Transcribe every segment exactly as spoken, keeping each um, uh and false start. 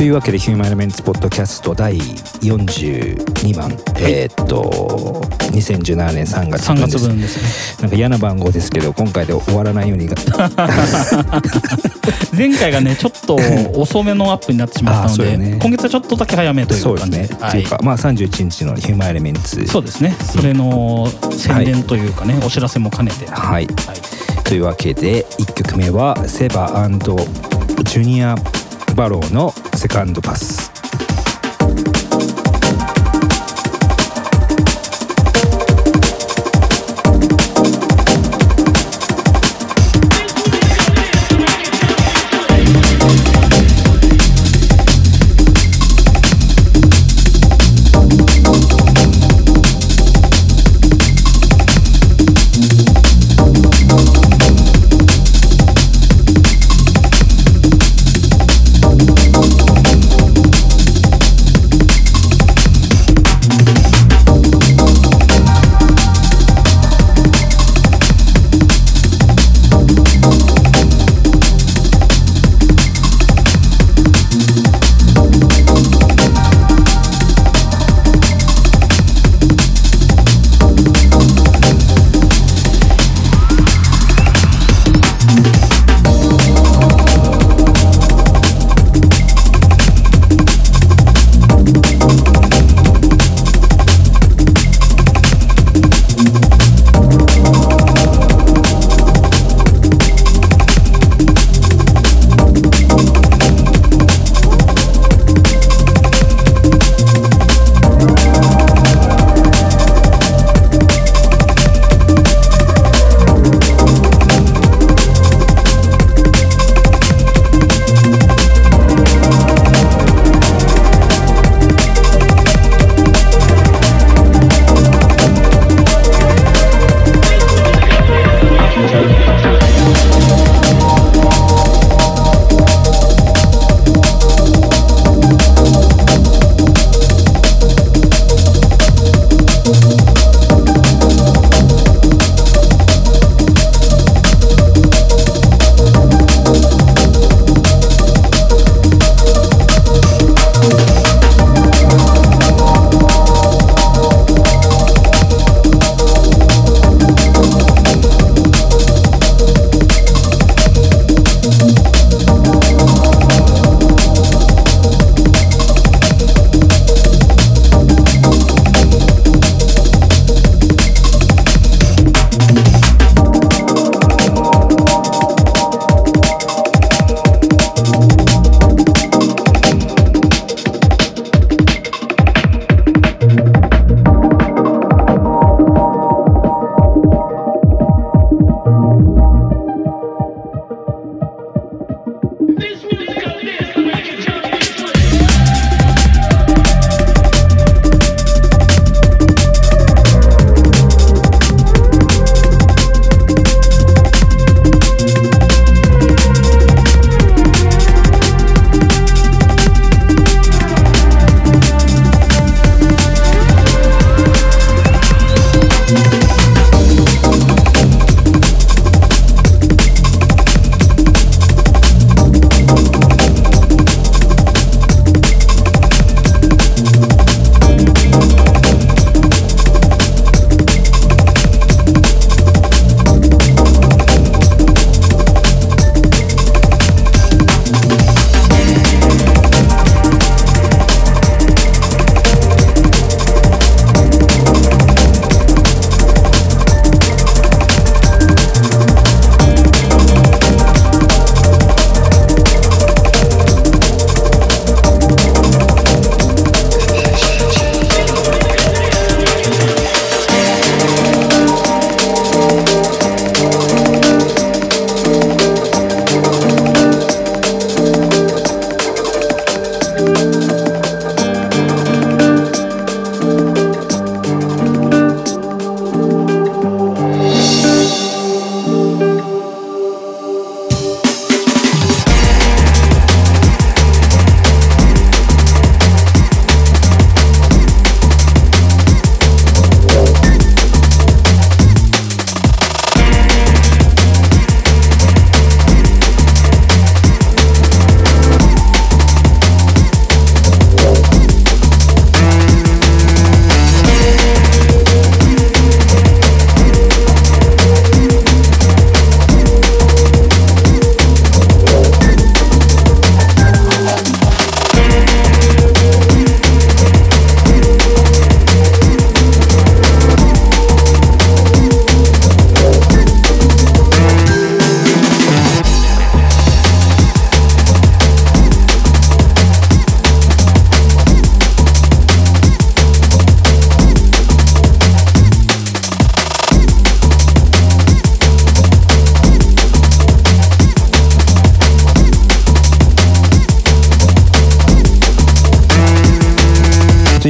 いうわけでヒューマンエレメンツポッドキャストだいよんじゅうにばん、はい、えー、っとにせんじゅうななねんさんがつぶんです。さんがつぶんですね。なんか嫌な番号ですけど今回で終わらないように前回がねちょっと遅めのアップになってしまったので、ね、今月はちょっとだけ早めという感じで、 そうですね、はい、っていうか、まあ、さんじゅういちにちのヒューマンエレメンツ、 そうですね、それの宣伝というかね、はい、お知らせも兼ねて、 はい、はい、というわけでいっきょくめはセバ&ジュニア・バローのセカンドパス。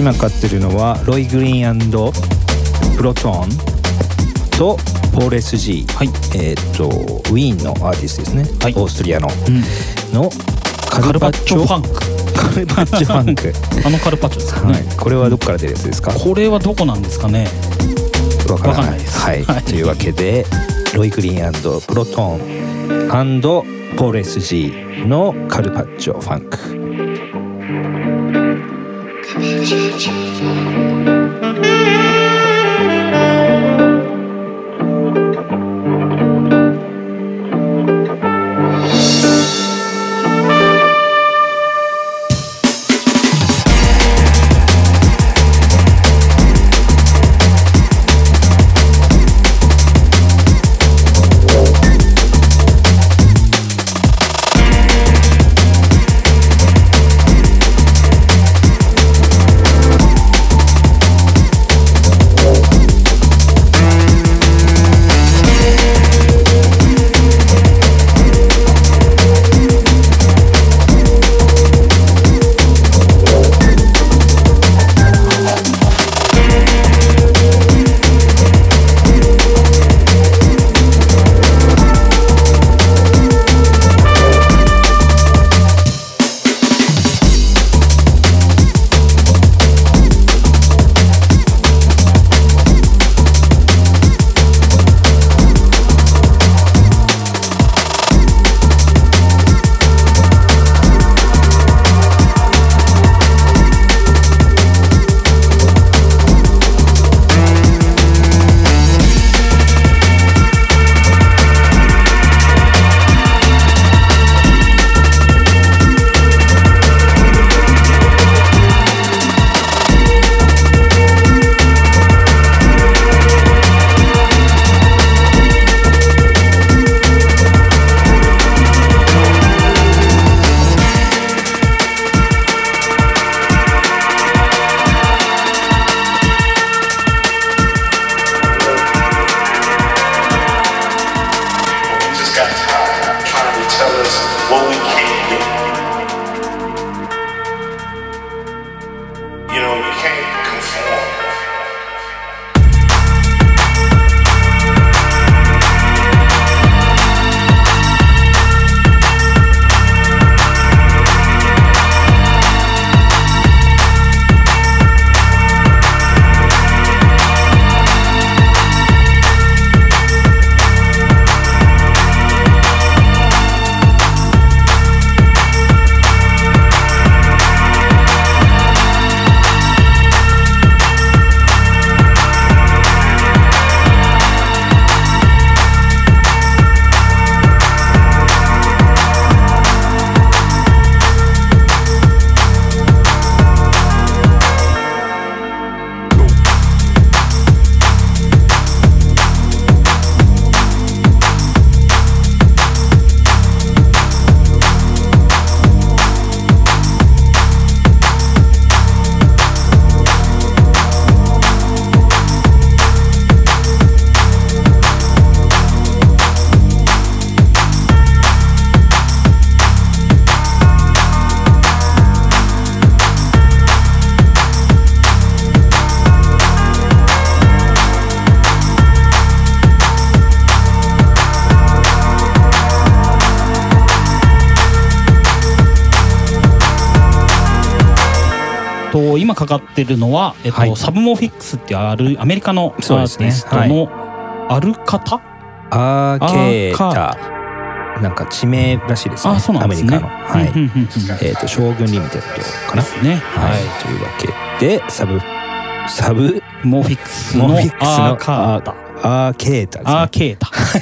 今買ってるのはロイ・グリーン&プロトーンとポール エスジー、はい、えっ、ー、とウィーンのアーティストですね、はい、オーストリアの、うん、のカルパッチョファンクカルパッチョファンクあのカルパッチョですかね、はい、 これはどこから出るやつですか？ これはどこなんですかね。 わからないです、はいはい、というわけでロイ・グリーン&プロトーン&ポール エスジー のカルパッチョファンク。 と今かかってるのは、えっとはい、サブモフィックスっていうあるアメリカのアーティストのアルカタ、 アーケータ、なんか地名らしいですね。 あ、そうなんですね。 アメリカの、はい、えっと将軍リミテッドかなですね。 はい、はい、というわけでサブサブモフィックスのアーカータ、 アーケータですね。 アーケータ。はい。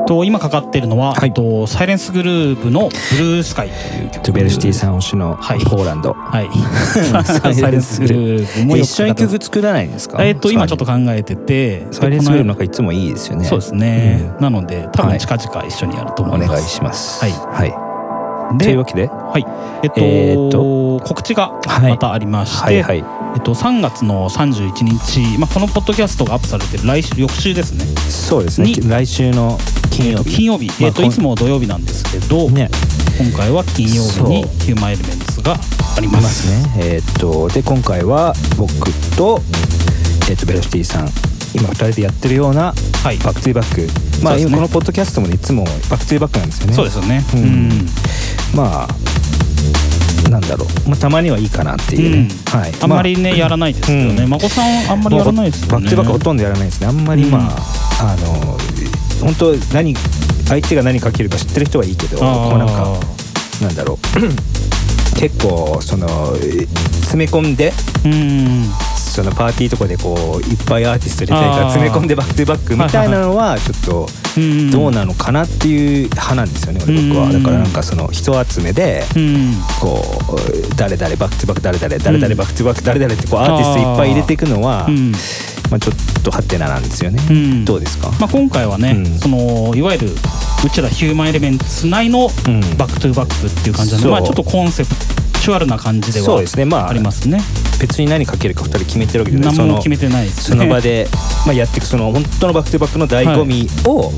と今かかっているのは、 はい、 えっとサイレンスグルーヴのブルースカイという曲。 ベルシティさん推しのポーランド。 はい。サイレンスグルーヴも一緒に曲作らないんですか？ えっと今ちょっと考えてて、 サイレンスグルーヴなんかいつもいいですよね。 そうですね。うん、なので多分近々一緒にやると思います。 お願いします。 はい。 はい。というわけで、 はい。えっと、えー、っと告知がまたありまして、はいはいはい、えっとさんがつのさんじゅういちにち、まあこのポッドキャストがアップされてる来週翌週ですね。 そうですね。来週の金曜日。 金曜日。えっといつも土曜日なんですけど、ね、今回は金曜日にヒューマンエレメンツがあります。 ね。えー、っとで今回は僕とえー、っとベロシティさん。今ふたりでやってるようなバックトゥーバック、まあ今このポッドキャストもいつもバックトゥーバックなんですよね。 そうですよね。 うん、まあなんだろう、まあたまにはいいかなっていうね。 うん、はい。あんまりね、まあ、やらないですけどね。まこさんあんまりやらないですよね。 バックトゥーバックほとんどやらないですね。あんまりまあ、うん、あの本当何相手が何かけるか知ってる人はいいけど、こうなんかなんだろう結構その詰め込んで。うんそのパーティーとかでこういっぱいアーティスト入れてから詰め込んでバックトゥーバックみたいなのはちょっとどうなのかなっていう派なんですよね、俺僕は。だからなんかその人集めでこう誰々バックトゥーバック誰々誰々バックトゥーバック誰々ってこうアーティストいっぱい入れていくのはまあちょっとハテナなんですよね。どうですか？ まあ今回はねそのいわゆるうちらヒューマンエレメンツ内のバックトゥーバックっていう感じなんで、まあちょっとコンセプチュアルな感じではありますね。 別に何かけるかふたり決めてるわけじゃない。 何も決めてないですね。 その場で、まあ、やっていくその本当のバックトゥーバックの醍醐味を、はい、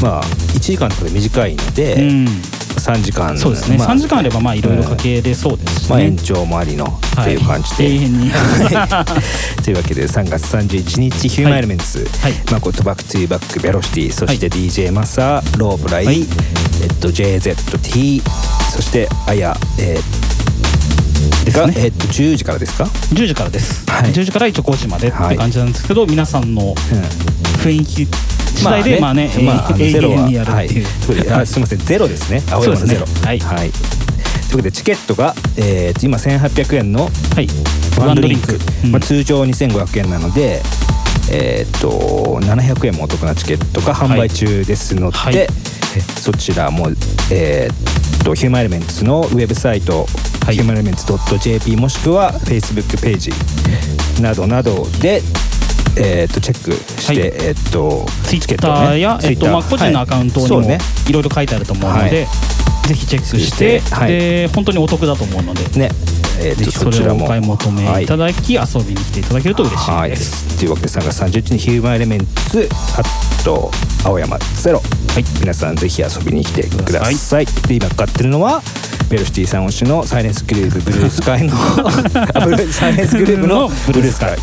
まあいちじかんとかで短いので、うん、さんじかん。 そうですね、まあ、さんじかんあればまあいろいろかけれそうですし、ね、 まあ、延長もありのっていう感じで、 はい、永遠にというわけでさんがつさんじゅういちにちヒューマンエレメンツ、はい、まあ、バックトゥーバックベロシティ、そして ディージェー マサローブライ、はい、えっと ジェイゼットティー、 そしてあやえーが、ね、えっとじゅうじからですか？ じゅうじからです、はい、じゅうじから一応ごじまでって感じなんですけど、はい、皆さんの雰囲気次第でまあね、まあ、永遠にやるっていう、 はい、あすみませんゼロですね。青山のゼロ、ね、はい、はい、ということでチケットが、えー、今せんはっぴゃくえんのワンドリンク、うん、まあ、通常にせんごひゃくえんなので、えー、っとななひゃくえんもお得なチケットが販売中ですので、はいはい、そちらも、えー、っとヒューマンエレメンツのウェブサイト、はい、ヒューマンエレメンツ .jp もしくは Facebook ページなどなどで、えー、とチェックして、はい、えー、とツイッターや、えーとまあ、個人のアカウントにもいろいろ書いてあると思うので、はい、ぜひチェックして、はい、で本当にお得だと思うので、ね、えー、ぜひそちらもお買い求めいただき、はい、遊びに来ていただけると嬉しいです。はい、 というわけでさんがつさんじゅういちにちヒューマンエレメンツあと青山ゼロ、はい、皆さんぜひ遊びに来てください。で今かかってるのはベロシティさん推しのサイレンスグルーヴブルースカイのサイレンスグルーヴのブルースカイ。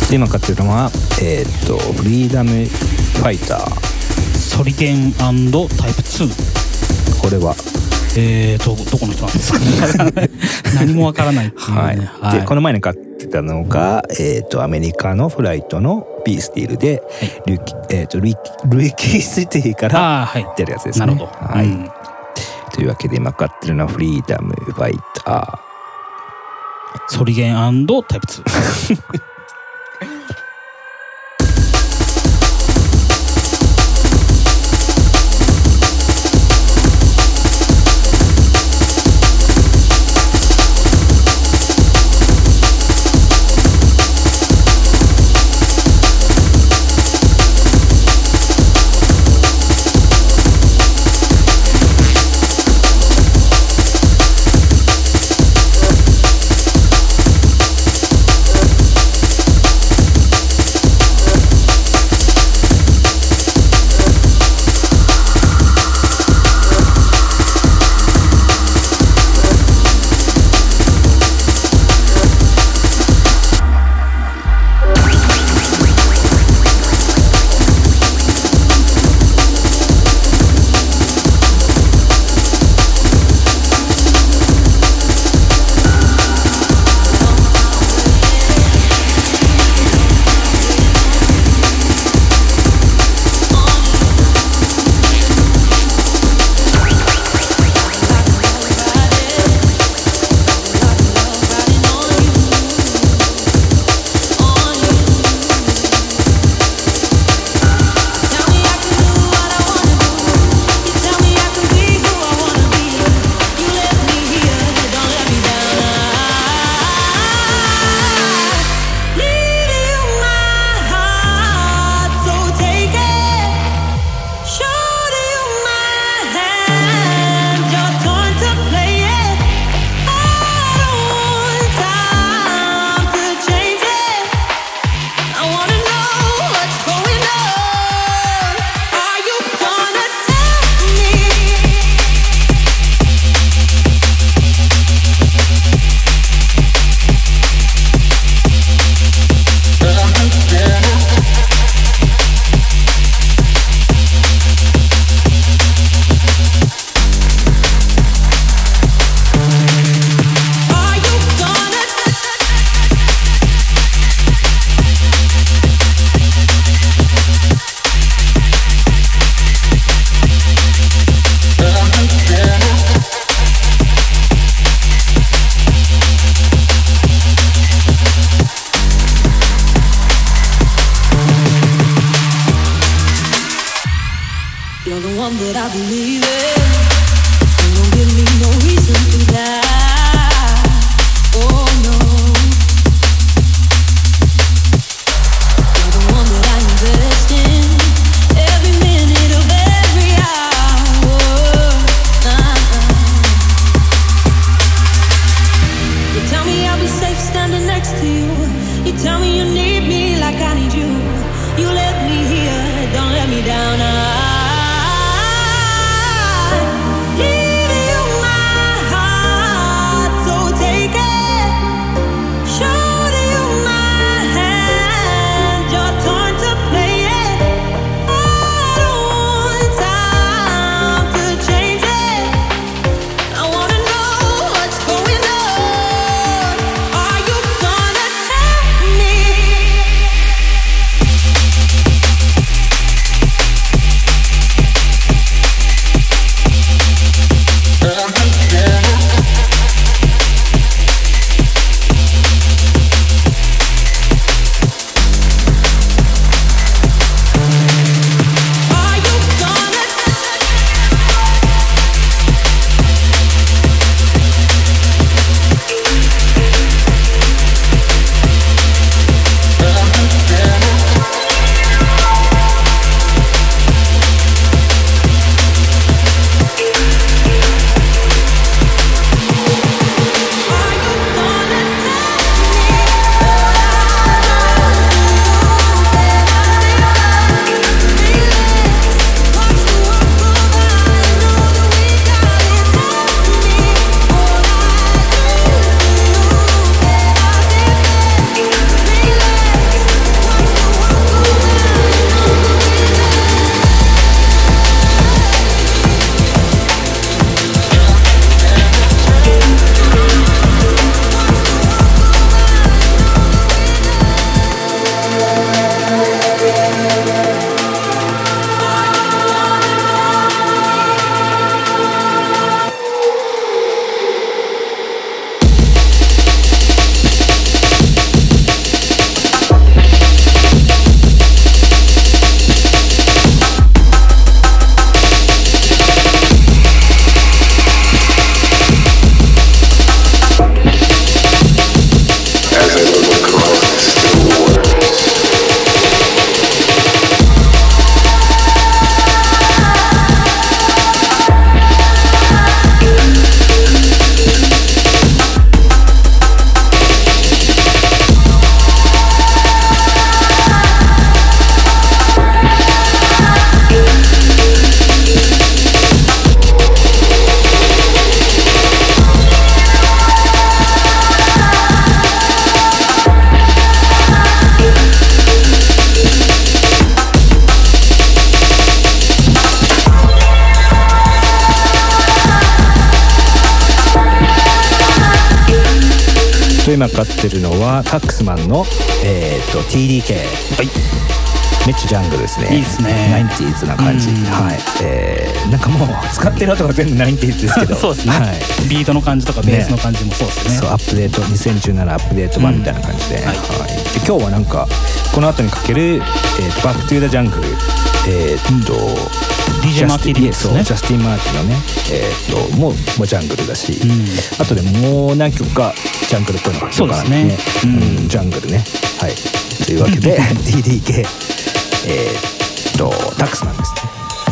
で今買ってるのはえー、っとフリーダムファイターソリゲン&タイプツー。 これはえーとどこの人なんですか何もわからないっていうね、 はいはい、でこの前に買ってたのが、えー、とアメリカのフライトの B スティールで、はい、ル, えー、とルイルイキーシティから出るやつですね。 なるほど、 はい、うん、というわけで今買ってるのはフリーダムファイターソリゲン&タイプツーと今かかってるのはタックスマンの、えー、と ティーディーケー、はい、めっちゃジャングルですね。 いいですね。 ナインティーズな感じ、はい、えー、なんかもう使ってる音が全部ナインティーズですけどそうですね、はい、ビートの感じとかベースの感じもそうですね。 そう、アップデートにせんじゅうななアップデート版みたいな感じで、うん、はい、はい、で今日はなんかこの後にかける、えー、バックトゥーザジャングル、えー、っと、うん、 ディージェー マーティリンですね。 ジャスティン・マーティンのね、えー、っともうもうジャングルだし、うん、あとでもう何曲かジャングルっぽいのがそうですね、 うん、ジャングルね、はい、というわけで ティーディーケー、えー、っとタックスマンですね。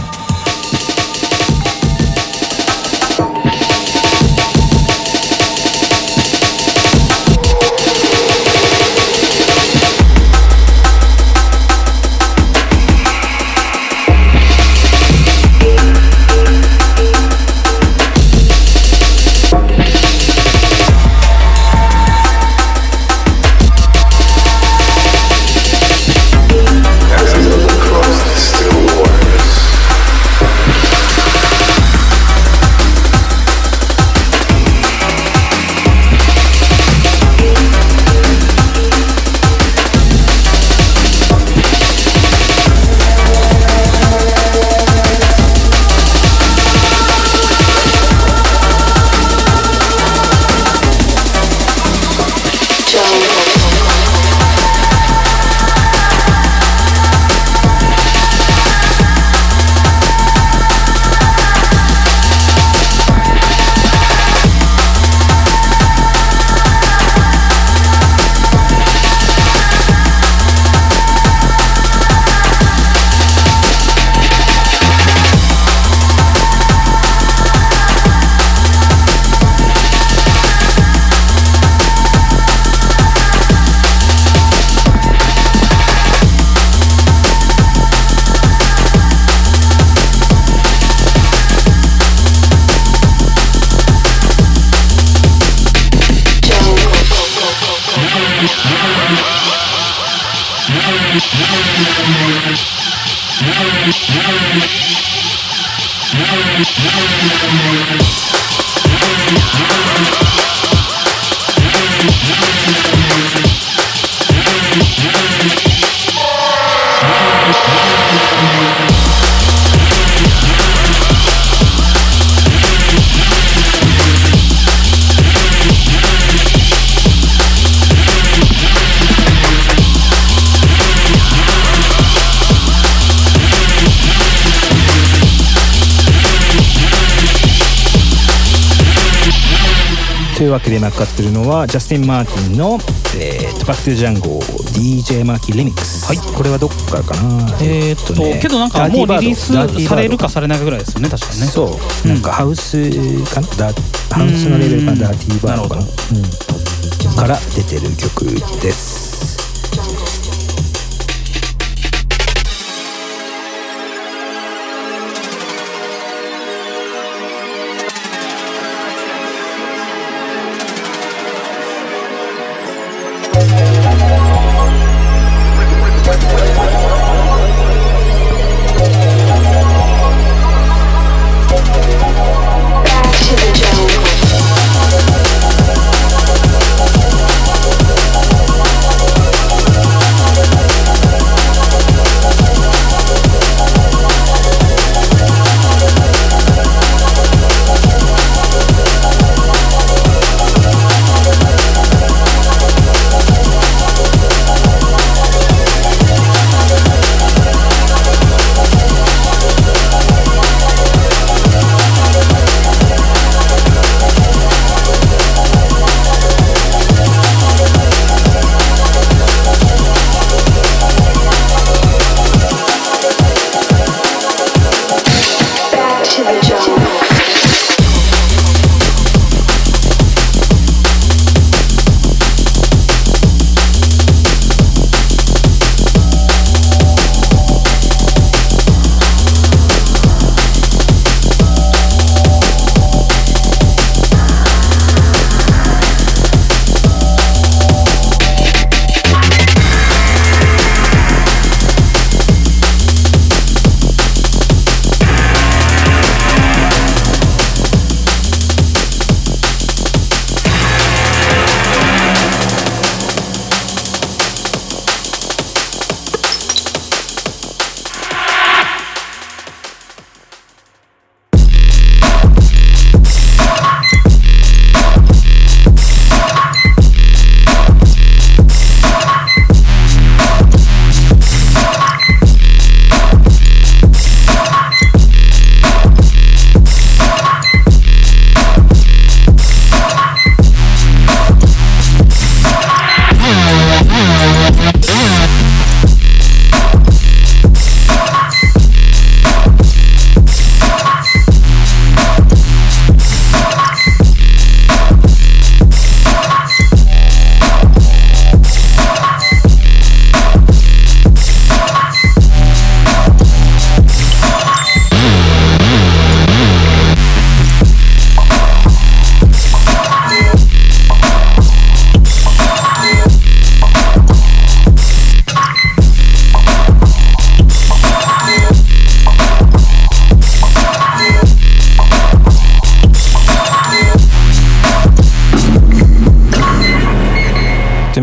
というわけで今かかってるのはジャスティン・マーティンの、えー、バック・トゥ・ジャンゴ ディージェー マーキーリミックス、はい、これはどっからかな。 えー、っと、ね、けどなんかもうリリースされるかされないかぐらいですよね、確かにね。 そう、うん、なんかハウスかな、ダハウスのレベルかな、ダーティーバードかな、うん、から出てる曲です。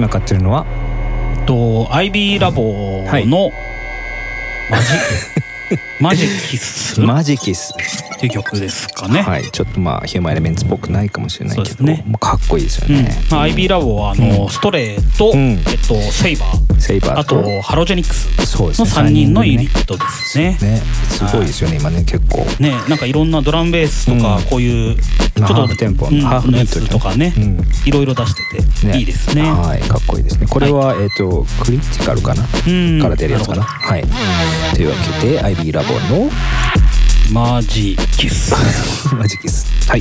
かってるのはと アイビー ラボの、はい、マジマジキスマジキスっていう曲ですかね。 はい、ちょっとまあヒューマンエレメンツっぽくないかもしれないけど、ね、かっこいいですよね。 うん、まあ、アイビー ラボはあの、うん、ストレーと、うん、えっとセイバー、 セイバーあとハロジェニックスのさんにんのユニットですね。 ね、すごいですよね、今ね結構ね、なんかいろんなドラムベースとか、うん、こういうちょっとハーフテンポのハーフのやつとかね、うん、いろいろ出してて、ね、いいですね。 はい、かっこいいですね。これは、はい、えっとクリティカルかな、うん、から出るやつかな。はい。というわけで アイビー ラボのマジキスマジキス、はい。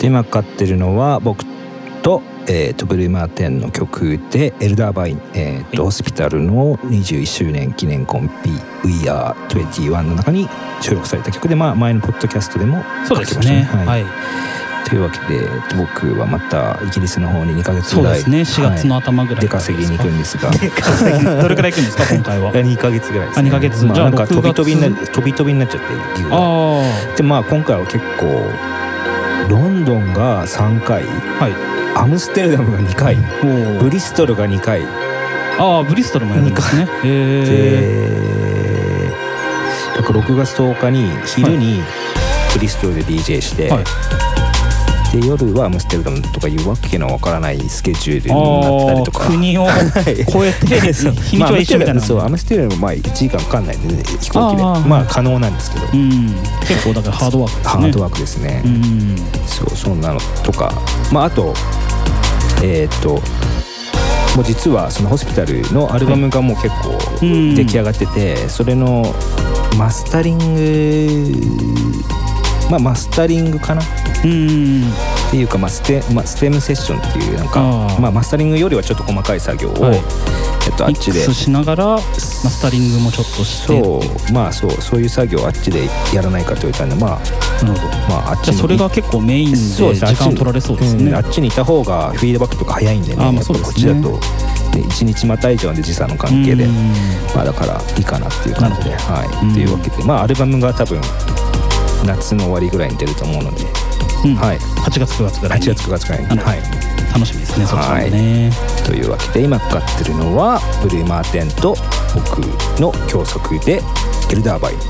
今かかってるのは僕と、えー、とブルーマーテンの曲でエルダーバイン、えーとはい、ホスピタルのにじゅういっしゅうねん記念コンピ We Are にじゅういちの中に収録された曲で、まあ、前のポッドキャストでも書きましたね。そうですね、はいはい、というわけで僕はまたイギリスの方ににかげつぐらい、 そうですね、しがつの頭ぐらい出稼ぎに行くんですがどれくらい行くんですか今回は。 にかげつぐらいですね。 あにかげつ、 まあ、 じゃあなんか飛び飛びにな飛び飛びになっちゃって理由は。でまあ今回は結構ロンドンがさんかい、はい、アムステルダムがにかい、ブリストルがにかい。 ああブリストルもやるんですね。へえ。ろくがつとおかに昼にブリストルで ディージェー して、はい、で夜はアムステルダムとかいうわけのわからないスケジュールになったりとか、 国を超えて日にちは一緒みたいな。 そうアムステルダムまあいちじかんかかんないんで、ね、飛行機でまあ可能なんですけど、うん、 結構だからハードワークですね。 ハードワークですね。うん、そうそんなのとか、まああとえっともう実はそのホスピタルのアルバムがもう結構出来上がってて、はい、それのマスタリングまあマスタリングかなうんっていうか、まあ、ステ、まあ、ステムセッションっていうなんかまあマスタリングよりはちょっと細かい作業を、はい、えっとあっちでミックスしながらマスタリングもちょっとしてそうまあそうそういう作業をあっちでやらないかと言われたんで、まあなるほど、まあ、あっちじゃあそれが結構メインで時間取られそうですね。 あっちにいた方がフィードバックとか早いんでね。あ、まあそうですね、こっちだといちにちまた以上で時差の関係で、まあだからいいかなっていう感じで、はいというわけで、まあアルバムが多分夏の終わりぐらいに出ると思うので、 うん、はい、はちがつくがつぐらいにはちがつくがつぐらいに、はい、 楽しみですね、そっちもね、 はい、というわけで今かかってるのはブルーマーテンと僕の共作でエルダーバイン。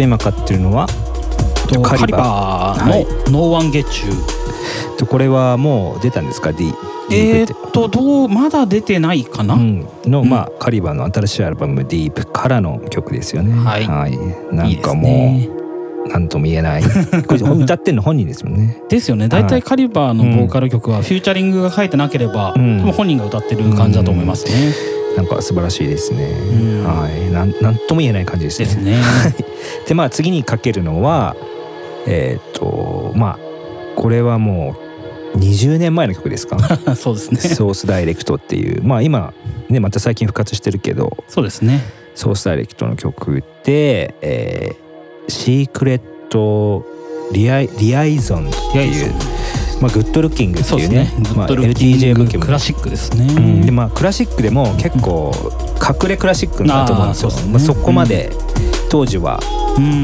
今買ってるのはカリバーのノーワンゲッチュー、 これはもう出たんですか？ D えー、っとどうまだ出てないかな、うん、 の、うん、まあカリバーの新しいアルバムディープからの曲ですよね。 はい、はい、 なんかもう何とも言えないこれ歌ってんの本人ですもんね。 ですよね。だいたいカリバーのボーカル曲はフューチャリングが書いてなければ、うん、多分本人が歌ってる感じだと思いますね。 うん、なんか素晴らしいですね。うん、はい、なん、なんとも言えない感じですね。 ですね。 でまあ次にかけるのはえー、っとまあこれはもうにじゅうねんまえの曲ですか？ そうですね。 ソースダイレクトっていう、まあ今ねまた最近復活してるけど、 そうですね。 ソースダイレクトの曲で、えー、シークレットリアイリアイゾンっていう、まあグッドルッキングっていうね、まあ エルティージェー 向けもクラシックですね。 うん、でまあクラシックでも結構隠れクラシックだと思うんですよ。そ, まあ、そこまで当時は。うん、うん、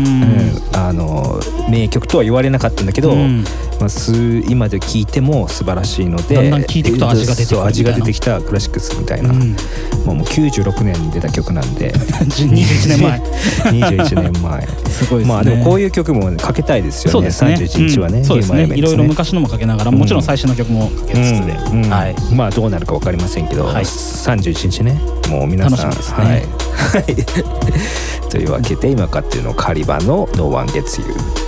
あの名曲とは言われなかったんだけど、うん、まあ、今で聴いても素晴らしいので、 だんだん聴いていくと味が出てくる味が出てきたクラシックスみたいな、うん、もうもうきゅうじゅうろくねんに出た曲なんでにじゅういちねんまえにじゅういちねんまえすごいですね。 まあでもこういう曲もかけたいですよね。そうですね、さんじゅういちにちはね、うん、 そうですね、いろいろ昔のもかけながら、もちろん最新の曲もかけつつで、うんうん、はい、 まあどうなるか分かりませんけど、はい、さんじゅういちにちね、もう皆さん楽しみですね、 はいというわけで今買ってるのカリバのノーワンゲッツユー。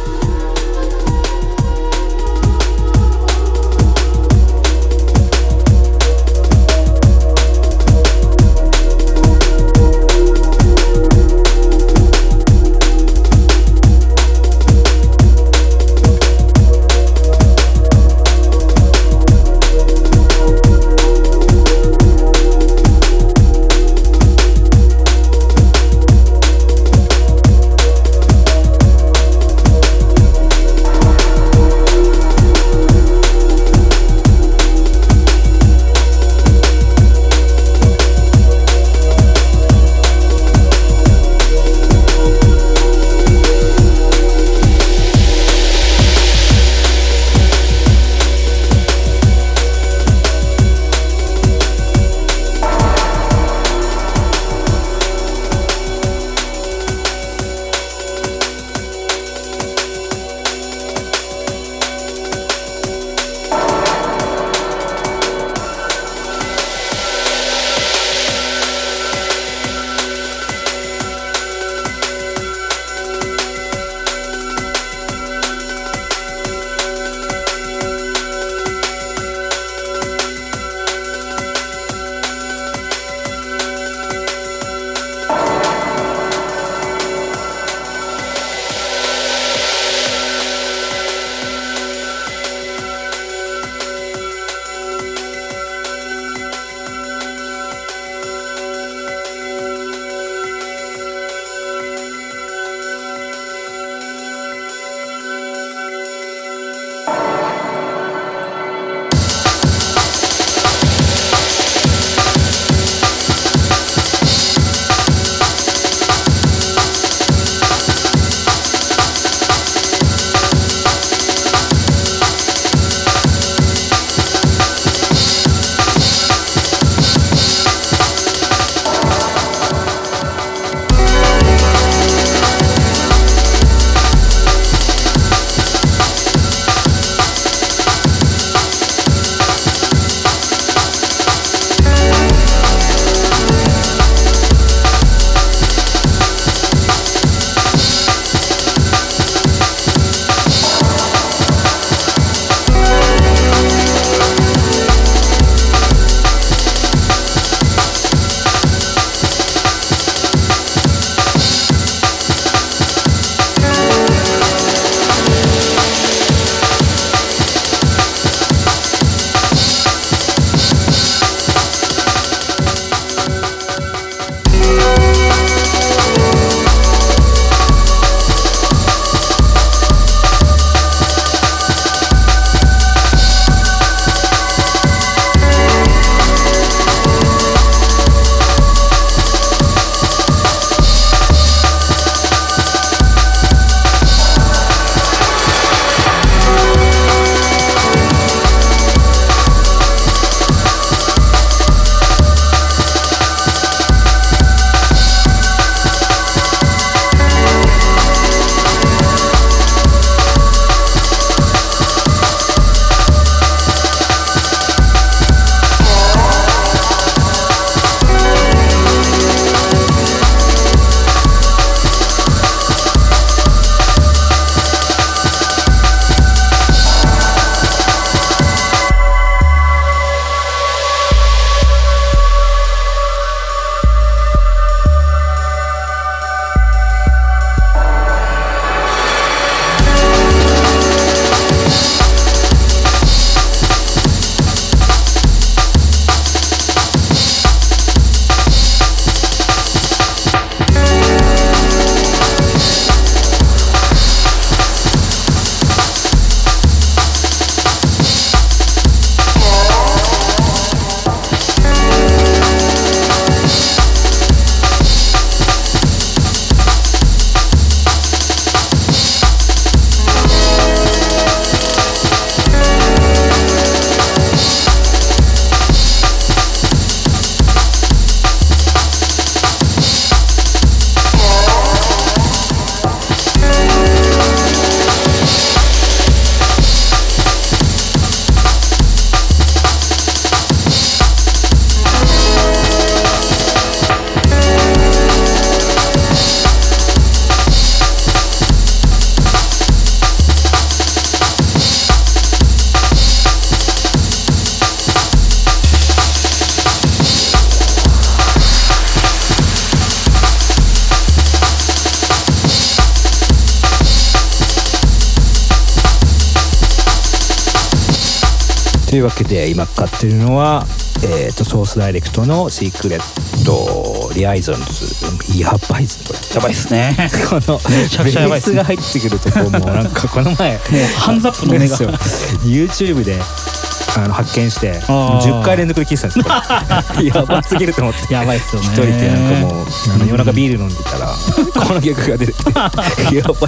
というわけで今かかってるのは、えー、とソースダイレクトのシークレットリアイゾンズ。やばいっすこれ。 やばいっすね。 このめちゃくちゃやばいっす、ね、 ベースが入ってくるとこもうなんかこの前もうハンズアップの目が YouTube であの発見してじゅっかい連続で聞いてたんですよ。やばすぎると思って。 やばいっすよね。 一人でなんかもうあの夜中ビール飲んでたらこの曲が出てきてやばいと思って。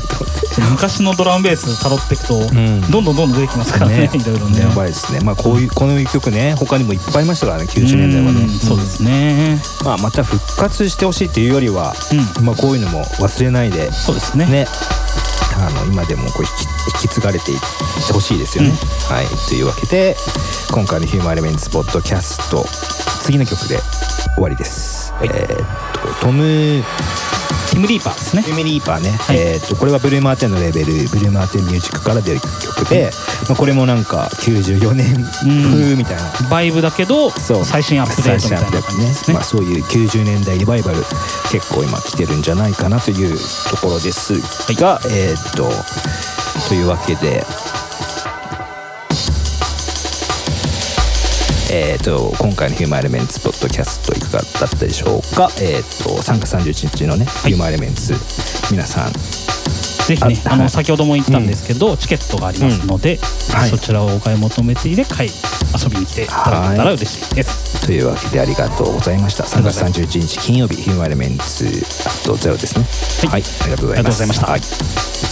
昔のドラムベース辿っていくと、うん、どんどんどんどん出てきますからね。いろいろね。 やばいですね。まあこういうこの曲ね他にもいっぱいありましたからねきゅうじゅうねんだいはね。 そうですね。 まあまた復活してほしいっていうよりは、うん、まあこういうのも忘れないで。 そうですね。 ね。あの今でもこう引き継がれていってほしいですよね、うん、はい。というわけで今回のヒューマンエレメンツポッドキャスト次の曲で終わりです、はい。えー、っとトムティム・リーパーですね。 ティム・リーパーね、はい。えー、っとこれはブルーマーテンのレベルブルーマーテンミュージックから出る曲で、うん、まあ、これもなんかきゅうじゅうよねん風みたいな、 うん、バイブだけど最新アップデートみたいな感じですね。 まあ、そういうきゅうじゅうねんだいリバイバル結構今来てるんじゃないかなというところですが、はい、えー、っとというわけでえー、と今回のヒューマンエレメンツポッドキャストいかがだったでしょうか。えー、とさんがつさんじゅういちにちのね、はい、ヒューマンエレメンツ皆さんぜひねああの先ほども言ったんですけど、うん、チケットがありますので、うん、はい、そちらをお買い求めていて買い遊びに来ていただけたら嬉しいです。 というわけでありがとうございました。さんがつさんじゅういちにち金曜日ヒューマンエレメンツゼロですね。はい、はい、ありがとうございました。 ありがとうございました。はい。